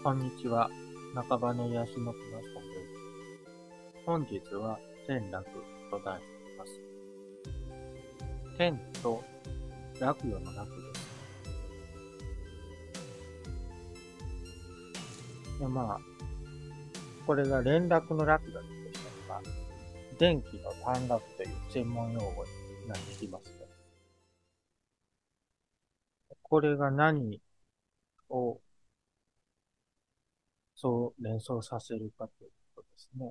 こんにちは。中羽の癒しの木の下です。本日は天楽と題しています。天と楽よの楽です。でこれが連絡の楽だとしたらば、電気の短絡という専門用語になってきますね。これが何をそう連想させるかということですね。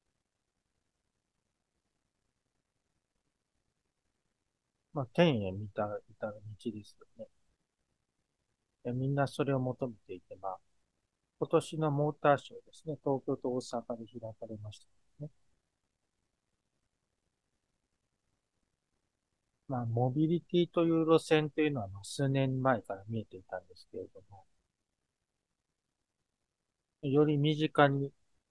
天へ至る道ですよね。みんなそれを求めていて、今年のモーターショーですね、東京と大阪で開かれましたね。モビリティという路線というのは数年前から見えていたんですけれども、より身近に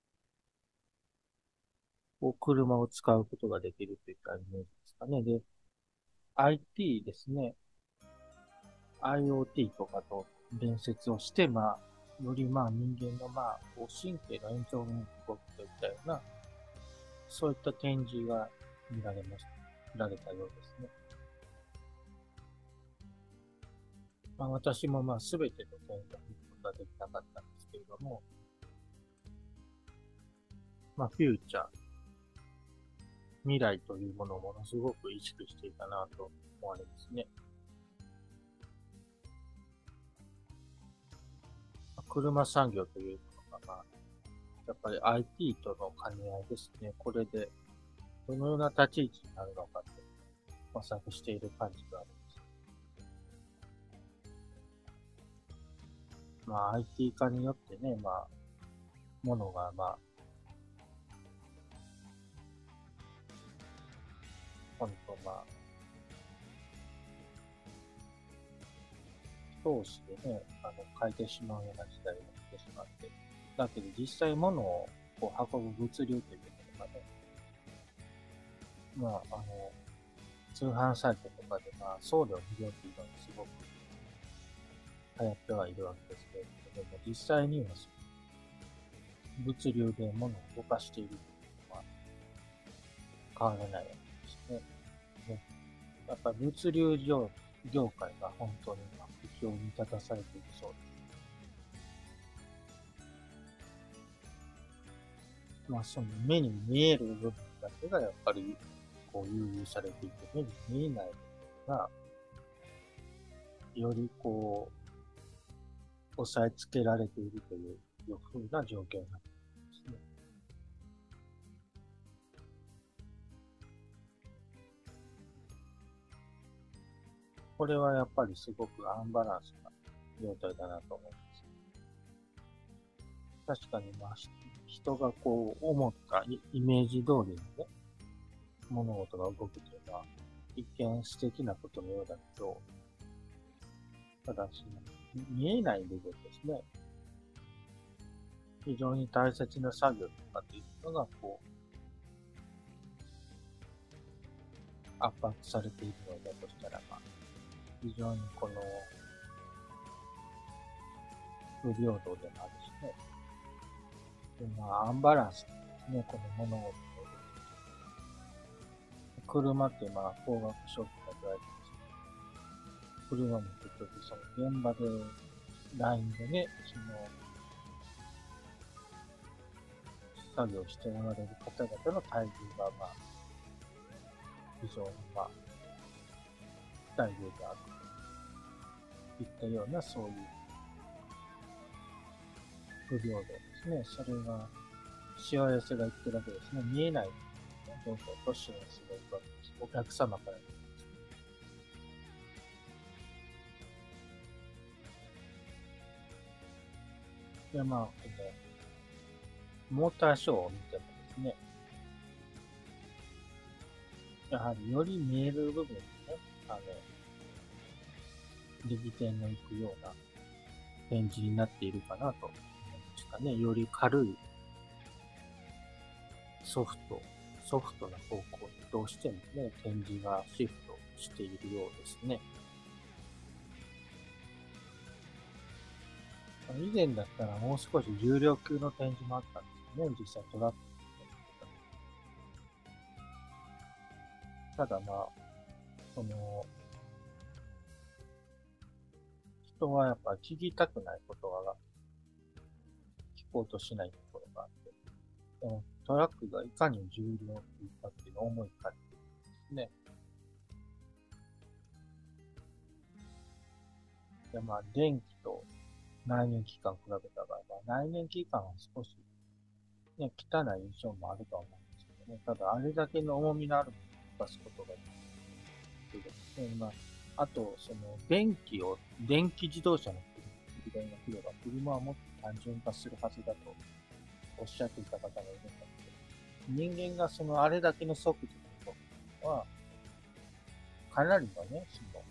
車を使うことができるといったイメージですかね。で、IT ですね。IoT とかと連接をして、より人間の神経の延長に動くといったような、そういった展示が見られたようですね。私もすべての点が見ることはできなかったんですけれども、フューチャー、未来というものをものすごく意識していたなと思われますね。車産業というのが、やっぱり IT との兼ね合いですね。これで、どのような立ち位置になるのかと模索している感じがあります。IT 化によってね、ものが本当投資でね、変えてしまうような時代になってしまって、だけど実際物を運ぶ物流というのがね、通販サイトとかで送料無料っていうのがすごく流行ってはいるわけですけれども、実際には物流で物を動かしているというのは変わらないわけですね。でやっぱり物流業界が本当に不況に立たされているそうです。その目に見える部分だけがやっぱり優遇されていて、目に見えない部分がより押さえつけられているというふうな状況になっていますね。これはやっぱりすごくアンバランスな状態だなと思います。確かに人が思ったイメージ通りにね、物事が動くというのは一見素敵なことのようだけど、ただ見えない部分ですね。非常に大切な作業とかっていうのが圧迫されているのだとしたら非常に不平等でもあるしね。でアンバランスですね、この物事の。車って高額商品が言われてますけど、車も結局その現場で、ラインでね、作業しておられる方々の待遇が非常に待遇があるといったようなそういう不平等ですね。それが、しわ寄せが言ってるわけですね。見えない状況としわ寄せが言うわけです。お客様から見てですね。で、モーターショーを見てもですね、やはりより見える部分にね、力点のいくような展示になっているかなと思いますかね。より軽いソフトな方向にどうしてもね、展示がシフトしているようですね。 以前だったらもう少し重量級の展示もあったんですよね、実際トラック。ただまあ、その、人はやっぱ聞きたくないことが聞こうとしないところがあって、でもトラックがいかに重量級かっていうのを思い返っているんですね。で、まあ、電気と内燃機関比べた場合、まあ、内燃機関は少しね、汚い印象もあるとは思うんですけどね。ただ、あれだけの重みのあるものを出すことができるですね。まあ、あと、その、電気自動車の時代が来れば、車はもっと単純化するはずだとおっしゃっていた方がいるんだけど、人間がその、あれだけの速度とは、かなりのね、その、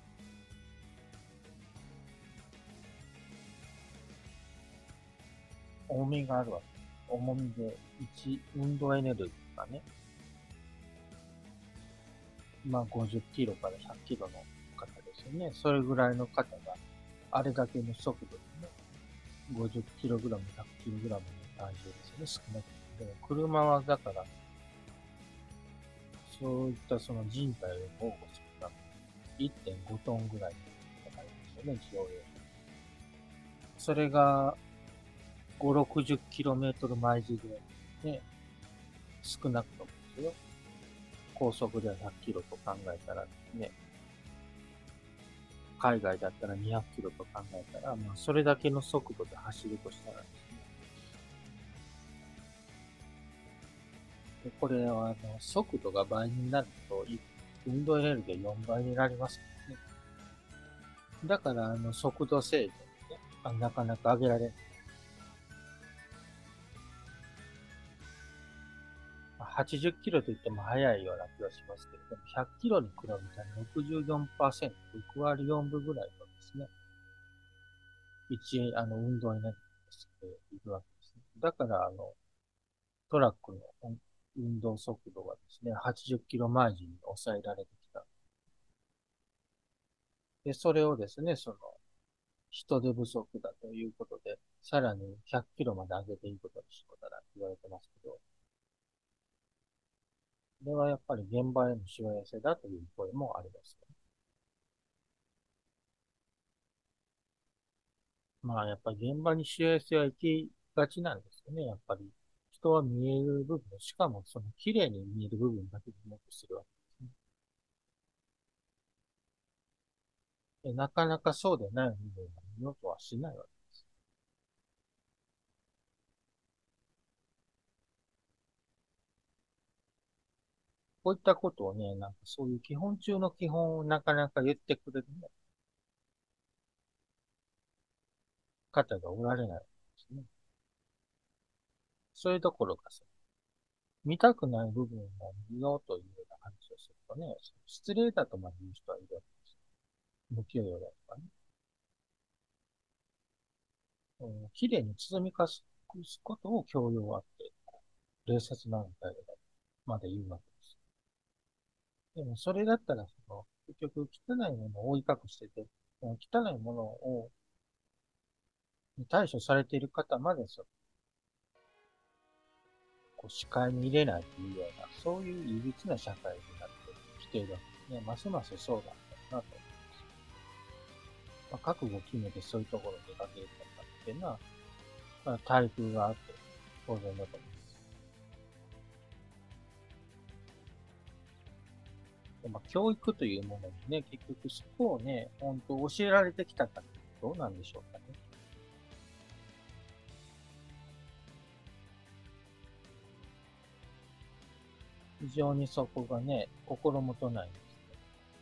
重みがあるわけです。重みで、運動エネルギーがね、まあ50キロから100キロの方ですよね。それぐらいの方が、あれだけの速度でね、50キログラム、100キログラムの体重ですよね、少なくとも。車はだから、そういったその人体を保護するために1.5トンぐらいかかりますよね、乗用。それが5、60キロメートル毎時で、ね、少なくともですよ。高速では100キロと考えたらね、海外だったら200キロと考えたら、まあ、それだけの速度で走るとしたらですね。でこれは、速度が倍になると、運動エネルギーが4倍になりますからね。だから、速度制限ね、なかなか上げられない。80キロと言っても速いような気がしますけれども、100キロに比べたら64%、6割4分ぐらいのですね、運動エネルギーとしているわけですね。だから、トラックの運動速度がですね、80キロ毎時に抑えられてきた。で、それをですね、その、人手不足だということで、さらに100キロまで上げていくことにしようかなと言われてますけど、これはやっぱり現場へのしわ寄せだという声もありますね。まあ、やっぱり現場にしわ寄せは行きがちなんですよね。やっぱり人は見える部分、しかもその綺麗に見える部分だけでもとするわけですね。でなかなかそうでない部分が見ようとはしないわけです。こういったことをね、なんかそういう基本中の基本をなかなか言ってくれるね方がおられないわけですね。そういうところがさ、見たくない部分を見ようというような話をするとね、失礼だとまで言う人はいるわけです。不器用だとかね。綺麗に包み隠すことを教養あって、礼節なのだよまで言うわけです。でもそれだったら、結局汚いものを覆い隠してて、汚いものをに対処されている方までこう視界に入れないというような、そういういびつな社会になってきているわけですね。ますますそうなんだろうなと思います。まあ、覚悟を決めてそういうところに出かける方っていうのは、まあ、台風があって当然だと思います。でまあ、教育というものにね、結局そこをね、本当教えられてきたかってどうなんでしょうかね。非常にそこがね、心もとないんですね。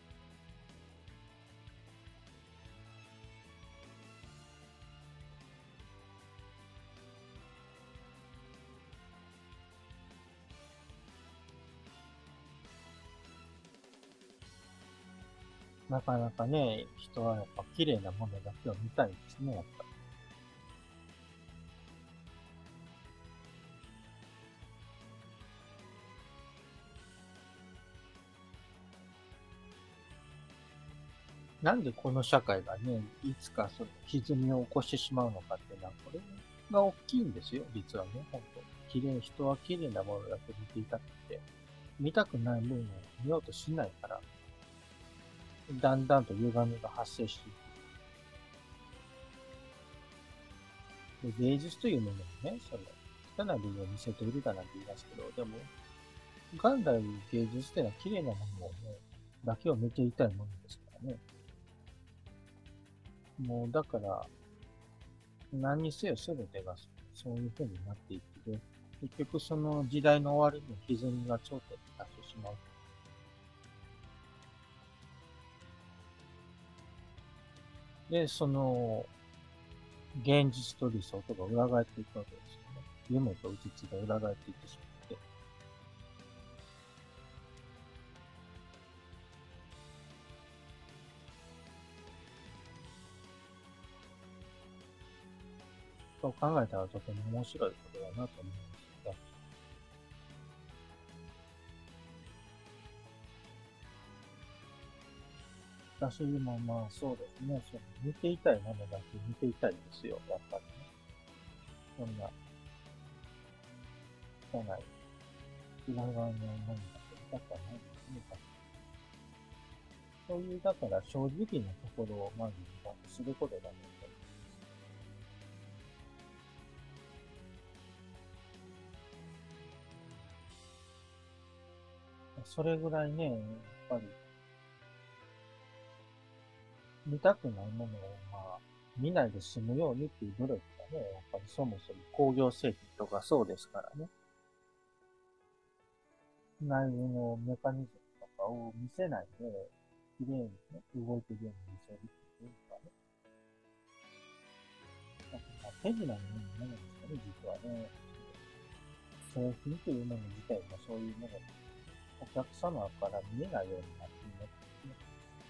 なかなかね、人はやっぱ綺麗なものだけを見たいですね、やっぱり。 なんでこの社会がね、いつかその歪みを起こしてしまうのかっていうのは、これが大きいんですよ、実はね、本当。人は綺麗なものだけ見ていたくて、見たくないものを見ようとしないから、だんだんと歪みが発生していく。で芸術というものもね、汚い部分を見せているだなんて言いますけど、でも、元来芸術っていうのは綺麗なものをね、だけを見ていたいものですからね。もうだから、何にせよ全てがそういう風になっていって、結局その時代の終わりに歪みが頂点に達してしまう。で、その現実と理想とが裏返っていくわけですよね。夢とうつつが裏返っていってしまって。そう考えたらとても面白いことだなと思いますが、私もまあそうですね、見ていたいものだけ見ていたいんですよ、やっぱりね。そんな汚い裏側のものだけ見たくはないですね。そういう、だから正直なところをまずすることだね。それぐらいね、やっぱり見たくないものを見ないで済むようにっていう努力がね、やっぱりそもそも工業製品とかそうですからね。内部のメカニズムとかを見せないで、綺麗にね、動いてるように見せるっていうかね。なんか手品のようなものですよね、実はね。製品というもの自体がそういうもので、お客様から見えないようになっていますね。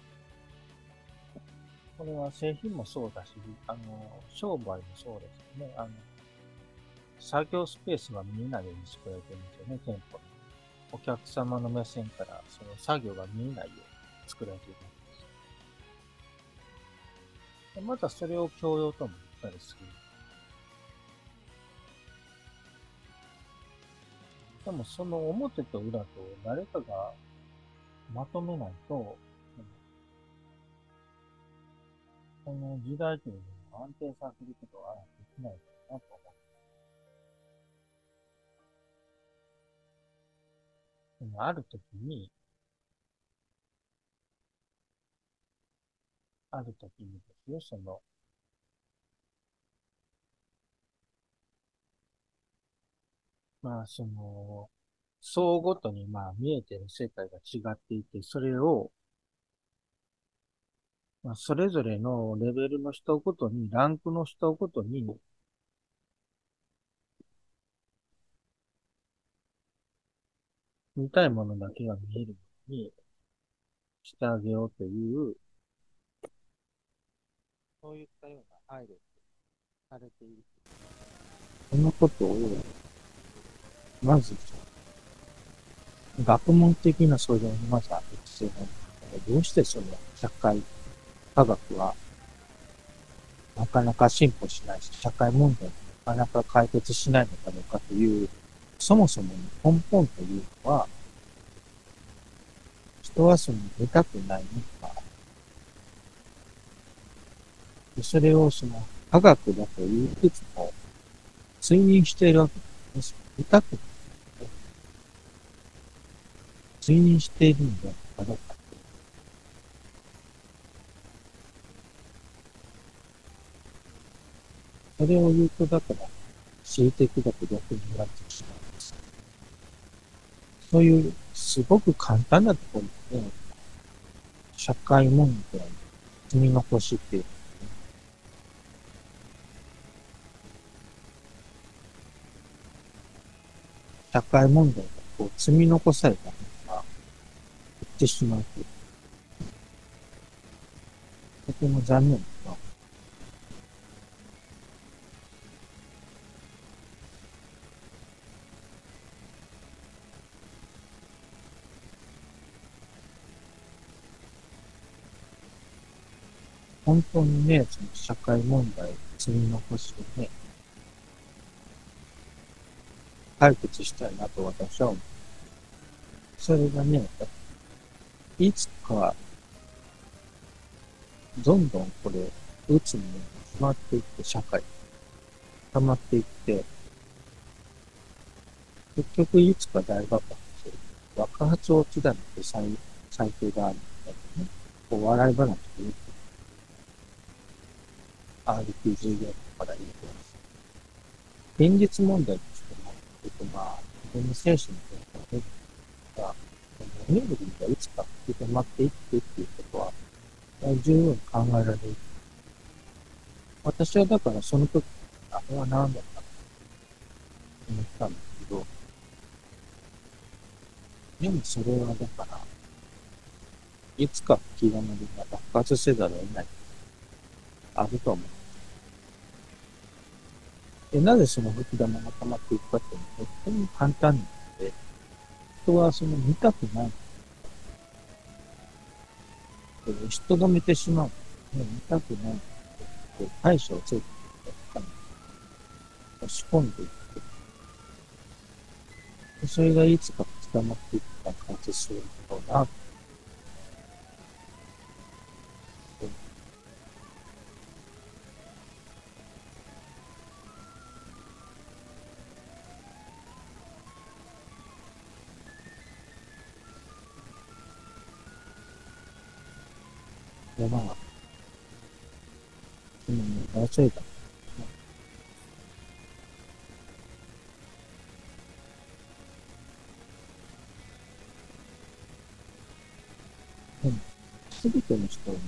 これは製品もそうだし、商売もそうですよね。作業スペースが見えないように作られてるんですよね、店舗に。お客様の目線からその作業が見えないように作られているんです。でまたそれを教養とも言ったりする。でもその表と裏と誰かがまとめないと、この時代というのを安定させることはできないかなと思う。でもある時に、ある時にですよ、層ごとに見えてる世界が違っていて、それを、それぞれのレベルの人ごとに、ランクの人ごとに、見たいものだけが見えるようにしてあげようという、そういったような配慮されている。そのことを、まず、学問的な素養にまずある必要がある。どうしてその社会科学はなかなか進歩しないし、社会問題もなかなか解決しないのかどうかという、そもそもの根本というのは、人はその見たくないのか、それをその科学だという一つの追認しているわけです。見たくない。追認しているのではないかどうか。それを言うと、だから、恣意的だと逆に言われてしまうんです。そういう、すごく簡単なところで、社会問題、積み残しっていう、社会問題がこう積み残されたものが言ってしまうという、とても残念な。 本当にね、その社会問題、積み残しをね、解決したいなと私は思う。それがね、いつか、どんどんこれ、鬱に溜まっていって、社会、溜まっていって、結局いつか大爆発する。爆発落ちだって最低があるんだけどね。こう笑い話で言うと、RPG ゲームから言うと、現実問題としても、自分の精神の変化が、エネルギーがいつか吹き止まっていってっていうことは、十分考えられる。私はだからその時、あれは何だったと思ったんだけど、でもそれはだから、いつか吹き溜まりが爆発せざるを得ない。あると思う。で、なぜその吹き玉が溜まっていくかっていうのは、とても簡単なので、人はその見たくない。押しとどめてしまう。見たくない。対処をせず、押し込んでいって、それがいつか吹き溜まっていく爆発するんだろうな。で、まあ、忘れた。すべての人に、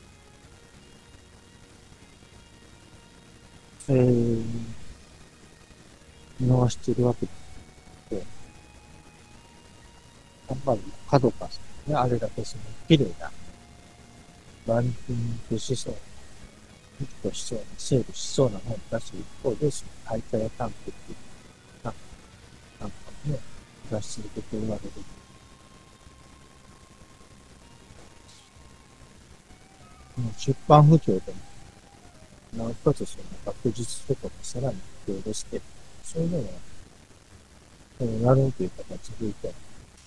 見逃しているわけで、やっぱり角かね、あれだけその綺麗な、ランキングしそうな、ヒットしそうな、セールしそうなもんだし、一方で、その大会やタンクっていうな、なんかね、出し続けて言われる。出版不況でも、なおかつその学術とかもさらに不況ですけど、そういうのは、やろうという形でいて、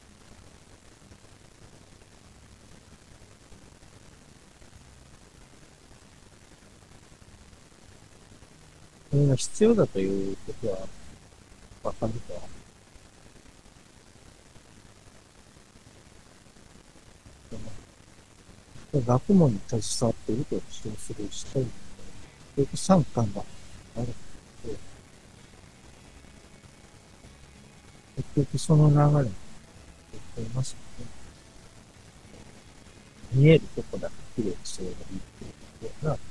それが必要だということはわかるとは、学問に携わっていると主張する人に、結局参観があるので、結局その流れになっていますので、見えるとこだけ綺麗にすればいいっていうような流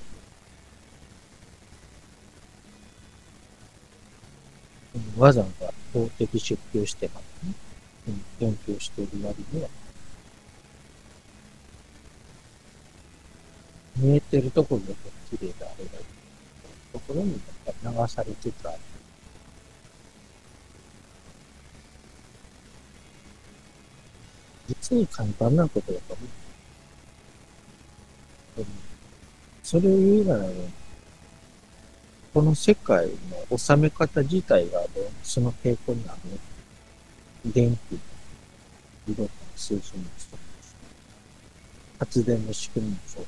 れ。わざわざ公的出給してまでね、研究している割には、見えてるところだけ綺麗であればいいところに流されつつある。実に簡単なことだと思う。それを言うならね、この世界の収め方自体がその傾向にあるね。電気の色とか数字もそう。発電の仕組みもそう。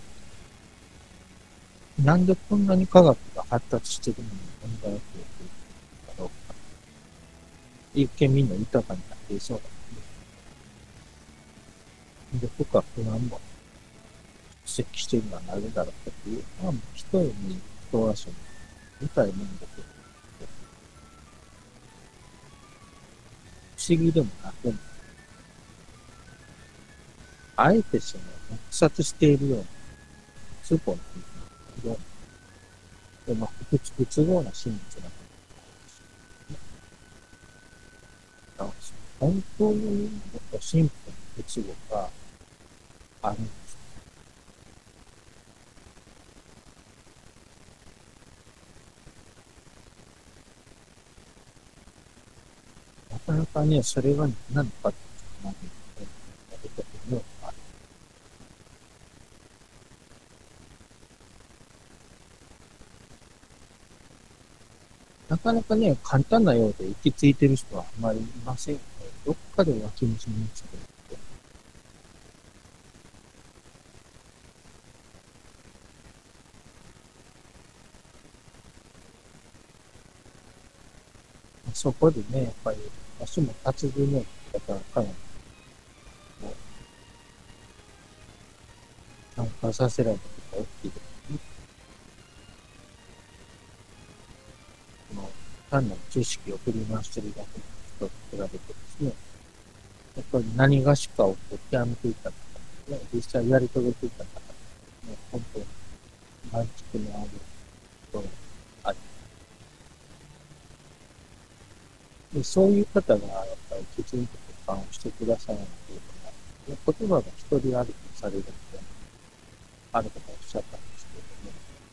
なんでこんなに科学が発達しているのに問題が増えているのだろうか。一見みんな豊かになっていそうだもんね。で、深く不安も指摘しているのはなぜだろうかというのは、一人に人はその、みたいなものだけど、不思議でもなく、あえてその、黙殺しているような、通行のような、不都合な真実だから、本当にシンプルな不都合があるんです。なかなかね、それが何なのかっていうのを、やりたくないのがある。 なかなかね、簡単なようで行き着いてる人はあんまりいませんよね。どっかで脇道につく。そこでね、やっぱり、足も立つ分のだからかなり、こう、参加させられたことが大きいですね。この単なる知識を振り回してるだけの人と比べてですね、やっぱり何がしかを極めていった方、ね、実際やり遂げていった方、ね、本当に満腹のある人があり、で、そういう方がやっぱりきちんと保管をしてくださらないというか、言葉が一人歩きされるってある方おっしゃったんですけれども、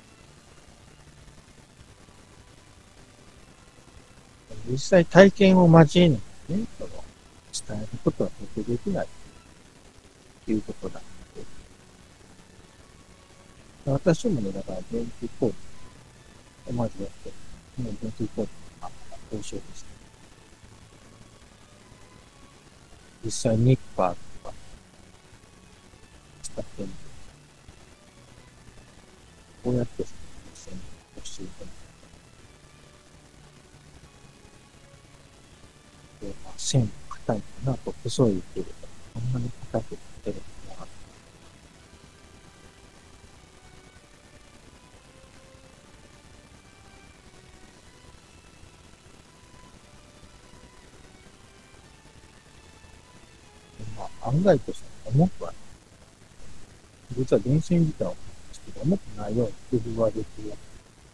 実際体験を交えないとね、伝えることは僕できないということなので、私もね、だから電気工事をまずやって、電気工事の講習ですね。実際ニッパーとか使ってみて、こうやって実際に教えてみて、線が硬いかなと、細いけれど、こんなに硬くてるのが、案外として重くはない。実は電線自体は重くないように工夫はできるわ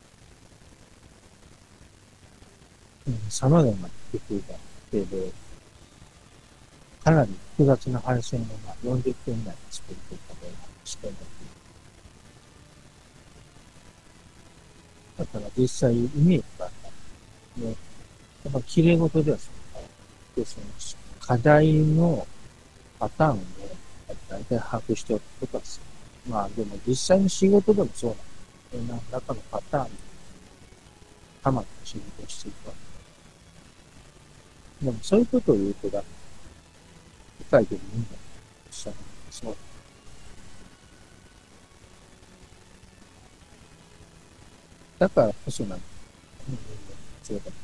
け。様々な工夫があってで、かなり複雑な配線を40分以内に作るということをしてる。だから実際イメージがあったんで、やっぱ綺麗事ではでその課題のパターンを大体把握しておくことはする。まあでも実際の仕事でもそうなんですよ。何らかのパターンにはまって仕事をしていくわけ。でもそういうことを言うとだ、理解できるんだとおっしゃるんですよ。だからこそなんですね。そうだ。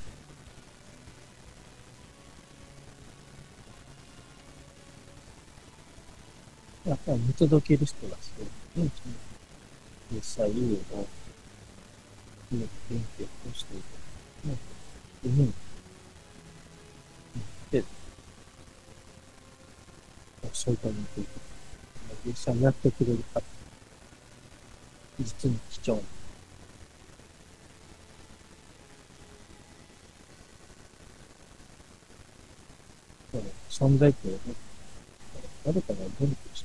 やっぱり見届ける人がそうですね。実際家を勉強していく。ね、海に行って、そういったに行く。実際やってくれる方、実に貴重な。存在っていうのは、誰かが努力して、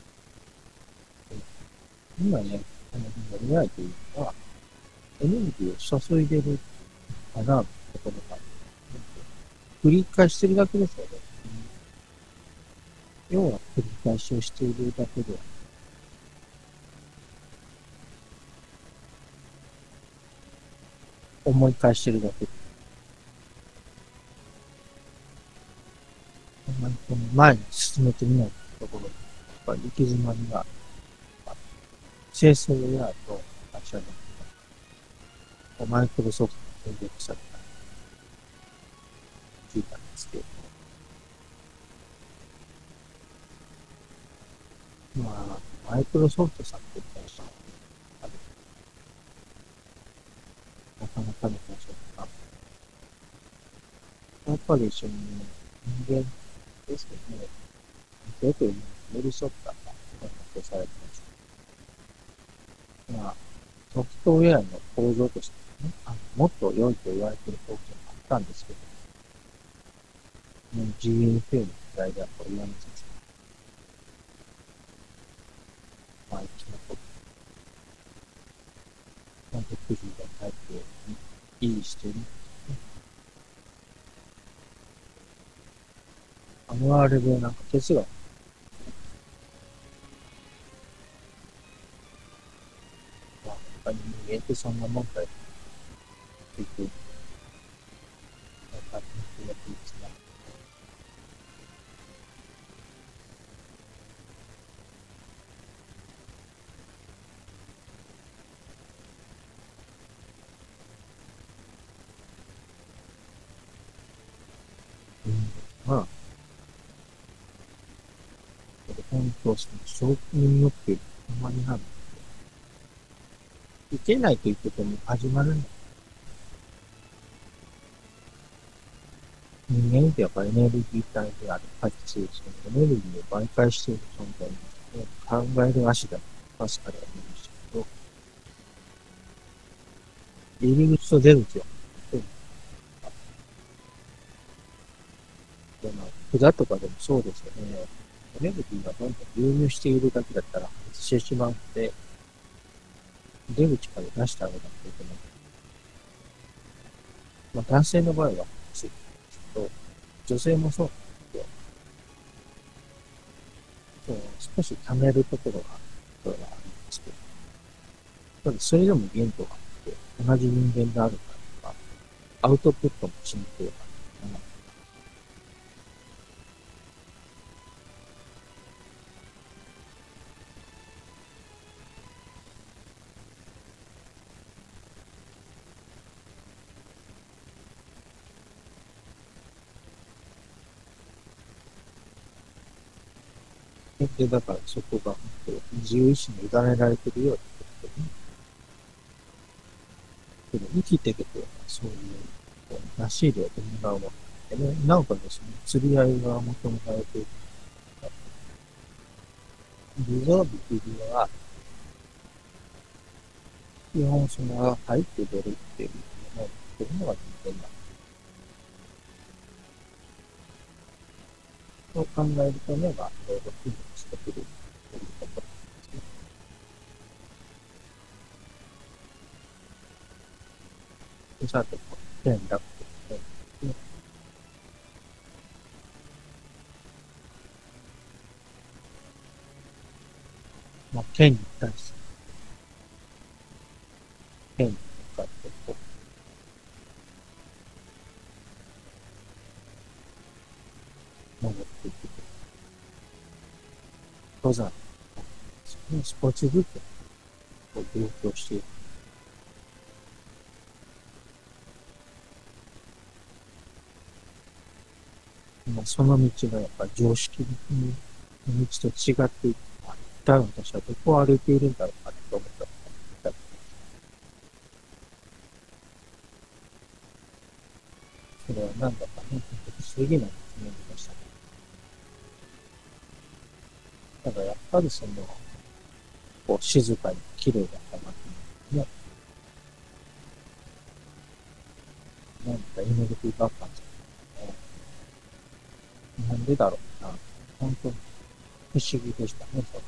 今ね、AI というのは、エネルギーを注いでるかなところが、繰り返してるだけですよね。要は繰り返しをしているだけでは、思い返してるだけで、あんまりこの前に進めてみないところに、やっぱり行き詰まりがある。清掃やと、会社で、マイクロソフトの協力者とか聞いたんですけど、まあ、マイクロソフトさんって言ったら、なかなかの会社とか、やっぱり一緒に人間ですけどね、よく寄り添った発表されてます。まあ、ソフトウェアの構造としてね、もっと良いと言われている構造があったんですけど、GFA の時代ではこれ言われてます。まあ、一のこと、ちゃんと工夫が入っていいしてる。あれでなんか哲学、まあ、他に人間ってそんなもんだよって言って、 やっていいですか？うん。まあ、本当、その、賞金欲求、ほんまになんいけないと言ってても始まるんだ。人間ってやっぱエネルギー体である価値、そのエネルギーを媒介している存在ですね。考える足だと確かにありましたけど、入り口と出口は、札とかでもそうですよね。エネルギーがどんどん流入しているだけだったら破裂してしまうので、出口から出してあげなきゃいけない。まあ、男性の場合はついですけど、女性もそうなんですよ。少し貯めるところがあるんですけど、ただそれでも限度があって、同じ人間であるからとか、アウトプットもしなければならない。で、だからそこが本当自由意志に委ねられているようなことで、けど生きていくというのはそういう、出し入れを伴うものでね、なおかつその釣り合いが求められている。リゾービというのは、基本その入って出るっていうのを、そういうのが人間だ。そう考えるとね、まあ、いろいろ機能してくるということですね。で、さて、連絡と、ね、まあ、剣に対して、剣に向かってこう、登っていくと。登山、少しずつこう勉強していく。まあ、その道がやっぱ常識の道と違っていく。一体私はどこを歩いているんだろうかと思ったことがあったり、それはなんだかね、不思議なですね、ましたね。ただやっぱりその、こう静かに綺麗だったなってね、なんかエネルギーばっかじゃね、なんでだろうな。本当に不思議でしたね、それ。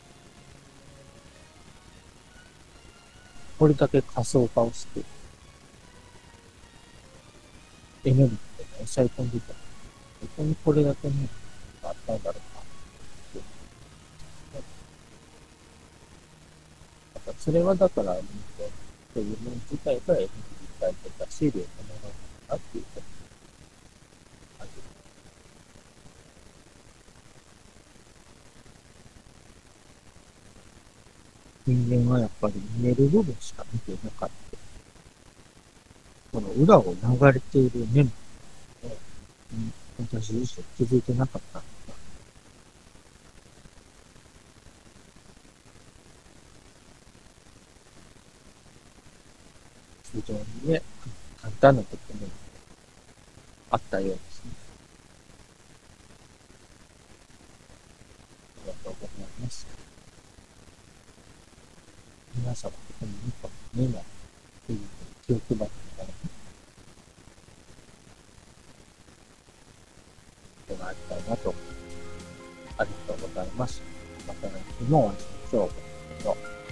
これだけ仮想化をして、エネルギーを抑え込んでいたら、どこにこれだけね、あったんだろうか。それはだから、人間というもの自体がエネルギー体とかシールを伴うのだっていうことがある。人間はやっぱり見える部分しか見ていなかった。この裏を流れている面を、私自身気づいてなかった。非常にね、簡単なこともあったようですね。ありがとうございます。皆様、ここにいいかもねえな、という気を配ってもらってもらいたいなと思います。ありがとうございます。また来週もお会いしましょう。